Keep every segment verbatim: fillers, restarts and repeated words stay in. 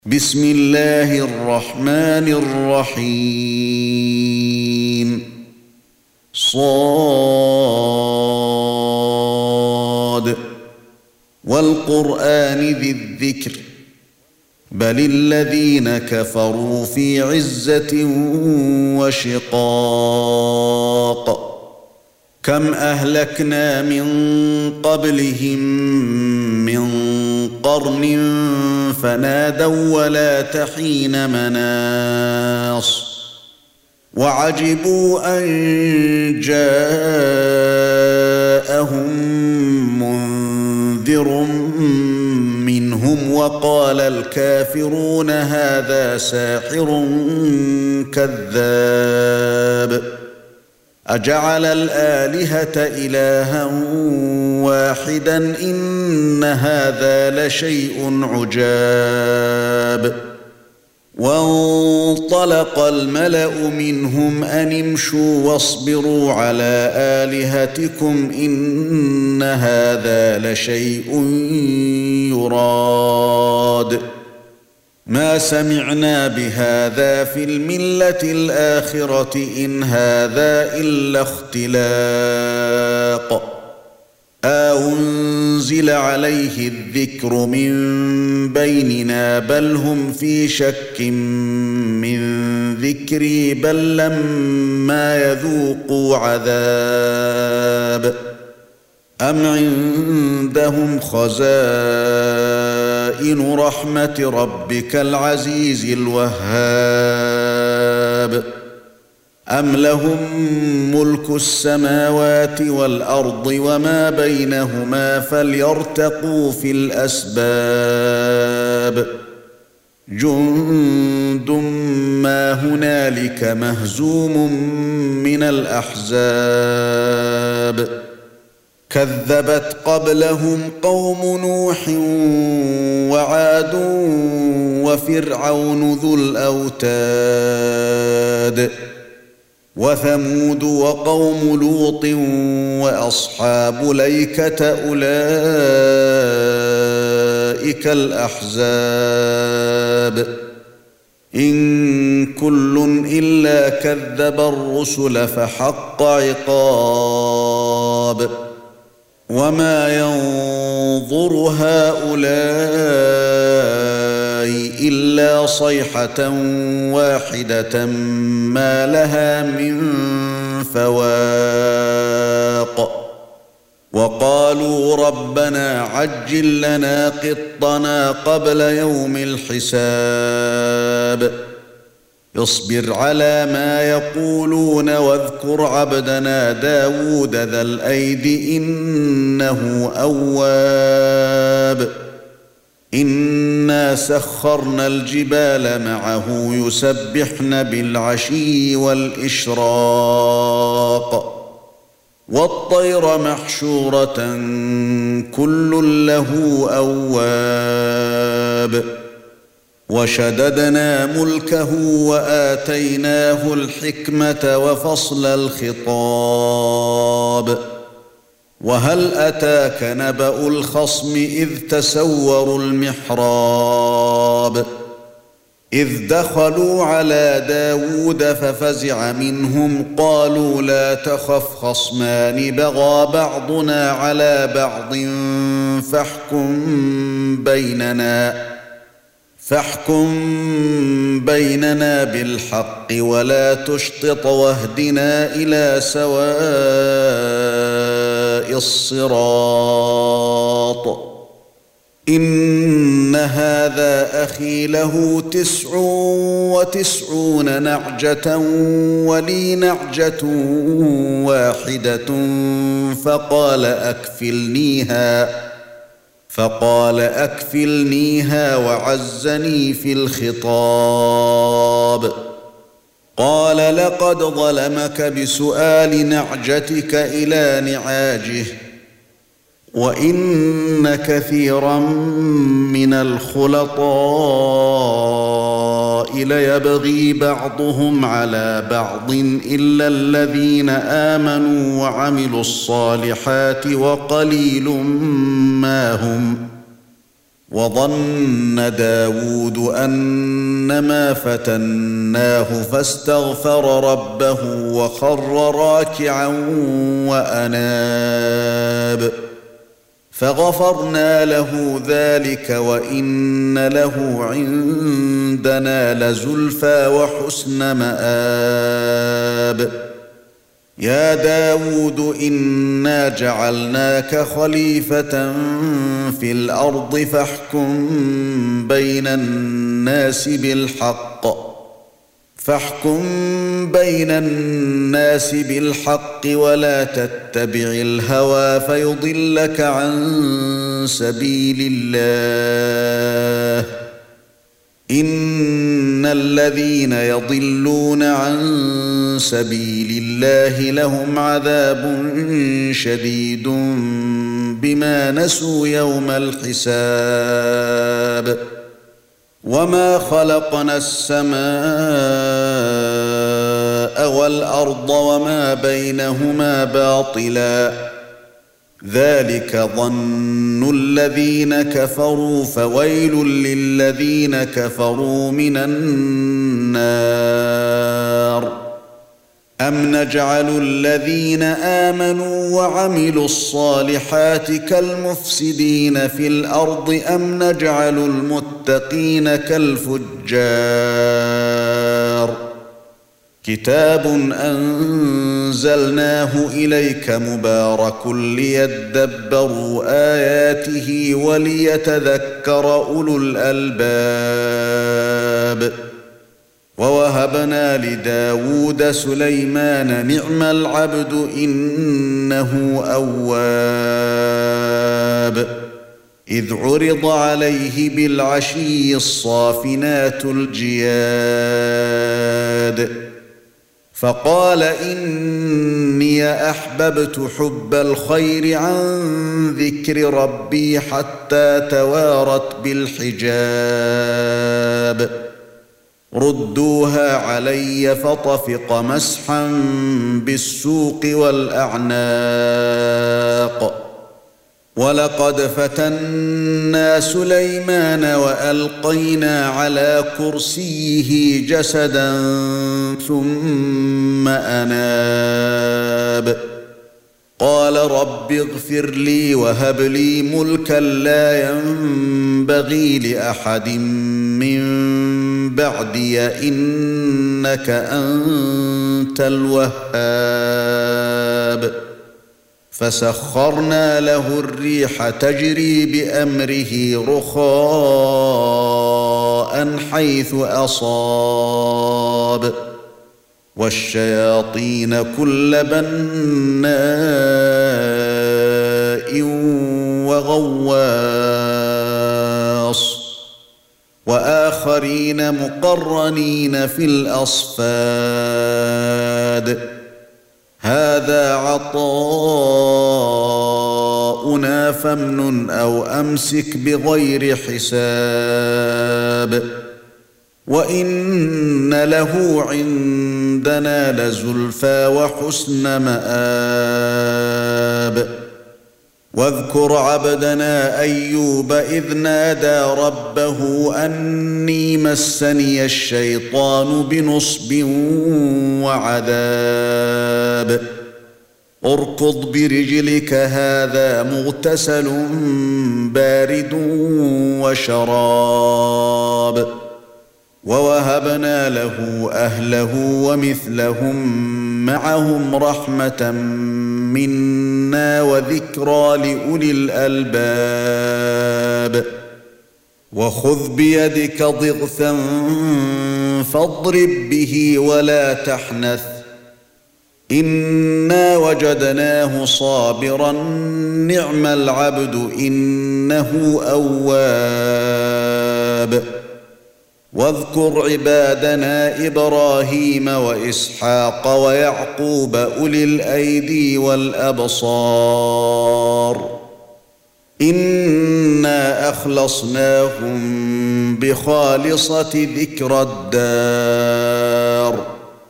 بسم الله الرحمن الرحيم صاد والقرآن ذي الذكر بل الذين كفروا في عزة وشقاق كم أهلكنا من قبلهم من قرن فنادوا ولا تحين مناص وعجبوا أن جاءهم منذر منهم وقال الكافرون هذا ساحر كذاب أجعل الآلهة إلها واحدا إن هذا لشيء عجاب وانطلق الملأ منهم أن امشوا واصبروا على آلهتكم إن هذا لشيء يراد ما سمعنا بهذا في الملة الآخرة إن هذا إلا اختلاق أنزل عليه الذكر من بيننا بل هم في شك من ذكري بل لما يذوقوا عذاب أم عندهم خزائن رحمة ربك العزيز الوهاب أم لهم ملك السماوات والأرض وما بينهما فليرتقوا في الأسباب جند ما هنالك مهزوم من الأحزاب كذبت قبلهم قوم نوح وعاد وفرعون ذو الأوتاد وثمود وقوم لوط وأصحاب ليكة أولئك الأحزاب إن كل إلا كذب الرسل فحق عقاب وما ينظر هؤلاء إلا صيحة واحدة ما لها من فواق وقالوا ربنا عجل لنا قطنا قبل يوم الحساب اصبر على ما يقولون واذكر عبدنا داود ذا الأيد إنه أواب إنا سخرنا الجبال معه يسبحن بالعشي والإشراق والطير محشورة كل له أواب وشددنا ملكه وآتيناه الحكمة وفصل الخطاب وهل أتاك نبأ الخصم إذ تسوروا المحراب إذ دخلوا على داود ففزع منهم قالوا لا تخف خصمان بغى بعضنا على بعض فاحكم بيننا فاحكم بيننا بالحق ولا تشطط واهدنا إلى سواء الصراط إن هذا أخي له تسع وتسعون نعجة ولي نعجة واحدة فقال أكفلنيها فقال أكفلنيها وعزني في الخطاب قال لقد ظلمك بسؤال نعجتك إلى نعاجه وإن كثيرا من الخلطاء ليبغي بعضهم على بعض إلا الذين آمنوا وعملوا الصالحات وقليل ما هم وظن داود أنما فتناه فاستغفر ربه وخر راكعا وأناب فغفرنا له ذلك وإن له عندنا لزلفى وحسن مآب يا داود إنا جعلناك خليفة في الأرض فاحكم بين الناس بالحق فاحكم بين الناس بالحق ولا تتبع الهوى فيضلك عن سبيل الله إن الذين يضلون عن سبيل الله لهم عذاب شديد بما نسوا يوم الحساب وما خلقنا السماء والأرض وما بينهما باطلا ذلك ظن الذين كفروا فويل للذين كفروا من النار أم نجعل الذين آمنوا وعملوا الصالحات كالمفسدين في الأرض أم نجعل المتقين كالفجار كتاب أنزلناه إليك مبارك ليدبروا آياته وليتذكر أولو الألباب ووهبنا لداود سليمان نعم العبد إنه أواب إذ عرض عليه بالعشي الصافنات الجياد فقال إني أحببت حب الخير عن ذكر ربي حتى توارت بالحجاب ردوها علي فطفق مسحا بالسوق والأعناق ولقد فتنا سليمان وألقينا على كرسيه جسدا ثم أناب قال رب اغفر لي وهب لي ملكا لا ينبغي لأحد من بعدي إنك أنت الوهاب فسخرنا له الريح تجري بأمره رخاء حيث أصاب والشياطين كل بناء وغواص وآخرين مقرنين في الأصفاد هذا عطاؤنا فامنن أو أمسك بغير حساب وإن له عندنا لزلفى وحسن مآب واذكر عبدنا أيوب إذ نادى ربه أني مسني الشيطان بنصب وعذاب اركض برجلك هذا مغتسل بارد وشراب ووهبنا له أهله ومثلهم معهم رحمة منا وذكرى لأولي الألباب وخذ بيدك ضغثا فاضرب به ولا تحنث إنا وجدناه صابرا نعم العبد إنه أواب واذكر عبادنا إبراهيم وإسحاق ويعقوب أولي الأيدي والأبصار إنا أخلصناهم بخالصة ذكر الدار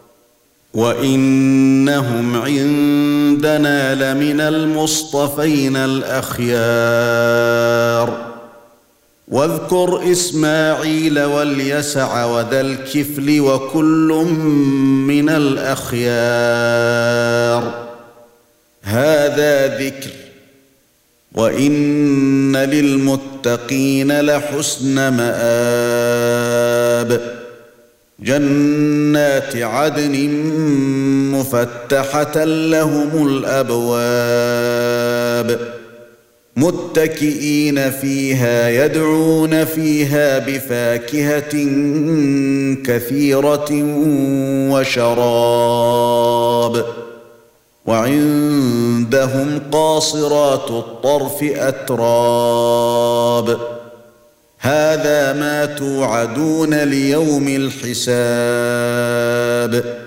وإنهم عندنا لمن المصطفين الأخيار واذكر إسماعيل واليسع وذا الكفل وكل من الأخيار هذا ذكر وإن للمتقين لحسن مآب جنات عدن مفتحة لهم الأبواب متكئين فيها يدعون فيها بفاكهة كثيرة وشراب وعندهم قاصرات الطرف أتراب هذا ما توعدون ليوم الحساب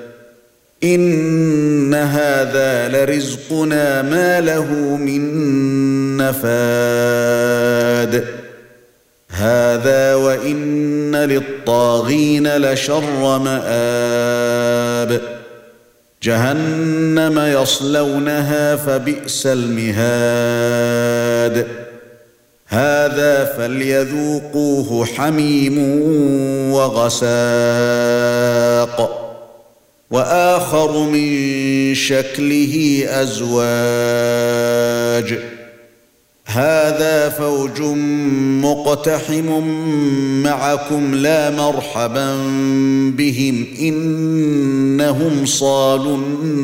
إن هذا لرزقنا ما له من نفاد هذا وإن للطاغين لشر مآب جهنم يصلونها فبئس المهاد هذا فليذوقوه حميم وغساق وآخر من شكله أزواج هذا فوج مقتحم معكم لا مرحبا بهم إنهم صالوا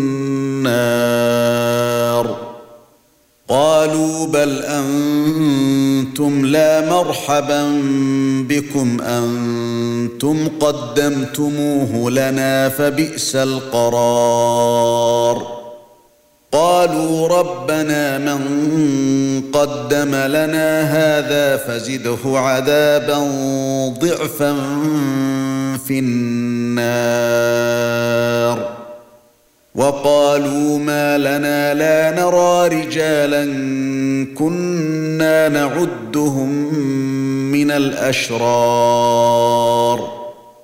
النار قالوا بل أنتم لا مرحبا بكم أنتم قدمتموه لنا فبئس القرار قالوا ربنا من قدم لنا هذا فزده عذابا ضعفا في النار وقالوا ما لنا لا نرى رجالا كنا نعدهم من الأشرار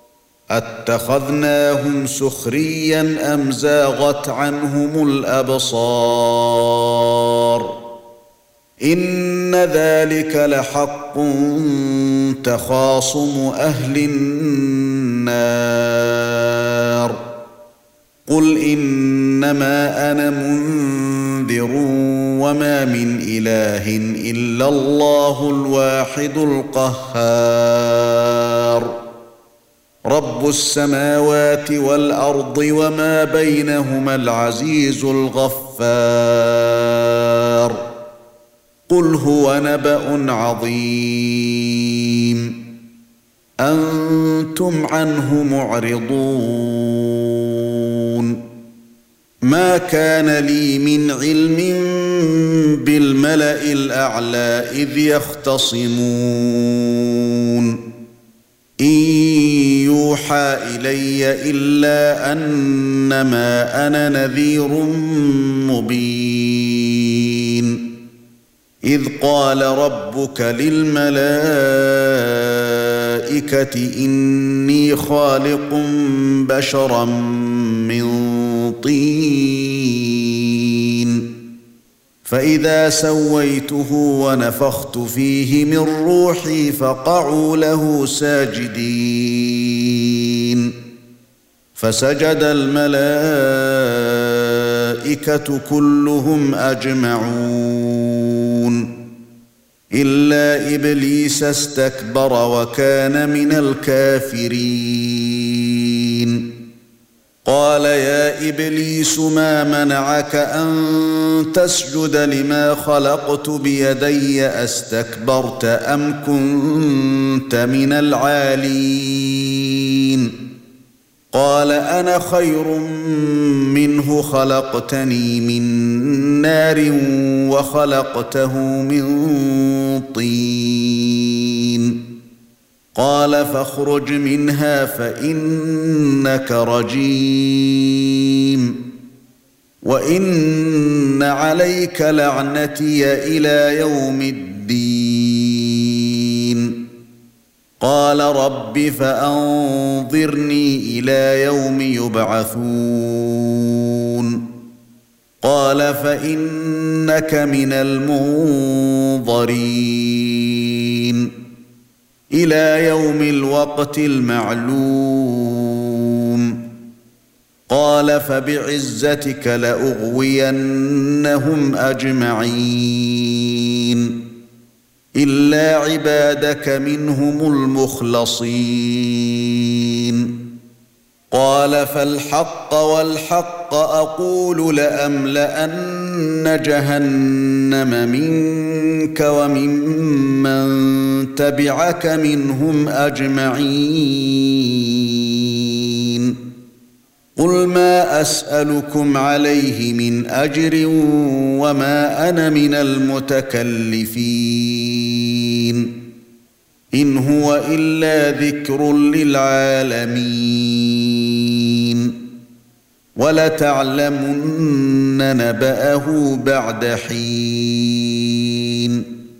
اتخذناهم سخريا أم زاغت عنهم الأبصار إن ذلك لحق تخاصم أهل النار قل إنما أنا منذر وما من إله إلا الله الواحد القهار رب السماوات والأرض وما بينهما العزيز الغفار قل هو نبأ عظيم أنتم عنه معرضون ما كان لي من علم بالملأ الأعلى إذ يختصمون إن يوحى إلي إلا أنما أنا نذير مبين إذ قال ربك للملائكة إني خالق بشرا من طين فإذا سويته ونفخت فيه من روحي فقعوا له ساجدين فسجد الملائكة كلهم أجمعون إلا إبليس استكبر وكان من الكافرين قال يا إبليس ما منعك أن تسجد لما خلقت بيدي أستكبرت أم كنت من العالين قال أنا خير منه خلقتني من نار وخلقته من طين قال فاخرج منها فإنك رجيم وإن عليك لعنتي إلى يوم الدين قال رب فأنظرني إلى يوم يبعثون قال فإنك من المنظرين إلى يوم الوقت المعلوم قال فبعزتك لأغوينهم أجمعين إلا عبادك منهم المخلصين قال فالحق والحق أقول لأملأن جهنم منك وممن تبعك منهم أجمعين قل ما أسألكم عليه من أجر وما أنا من المتكلفين إن هو إلا ذكر للعالمين ولتعلمن نبأه بعد حين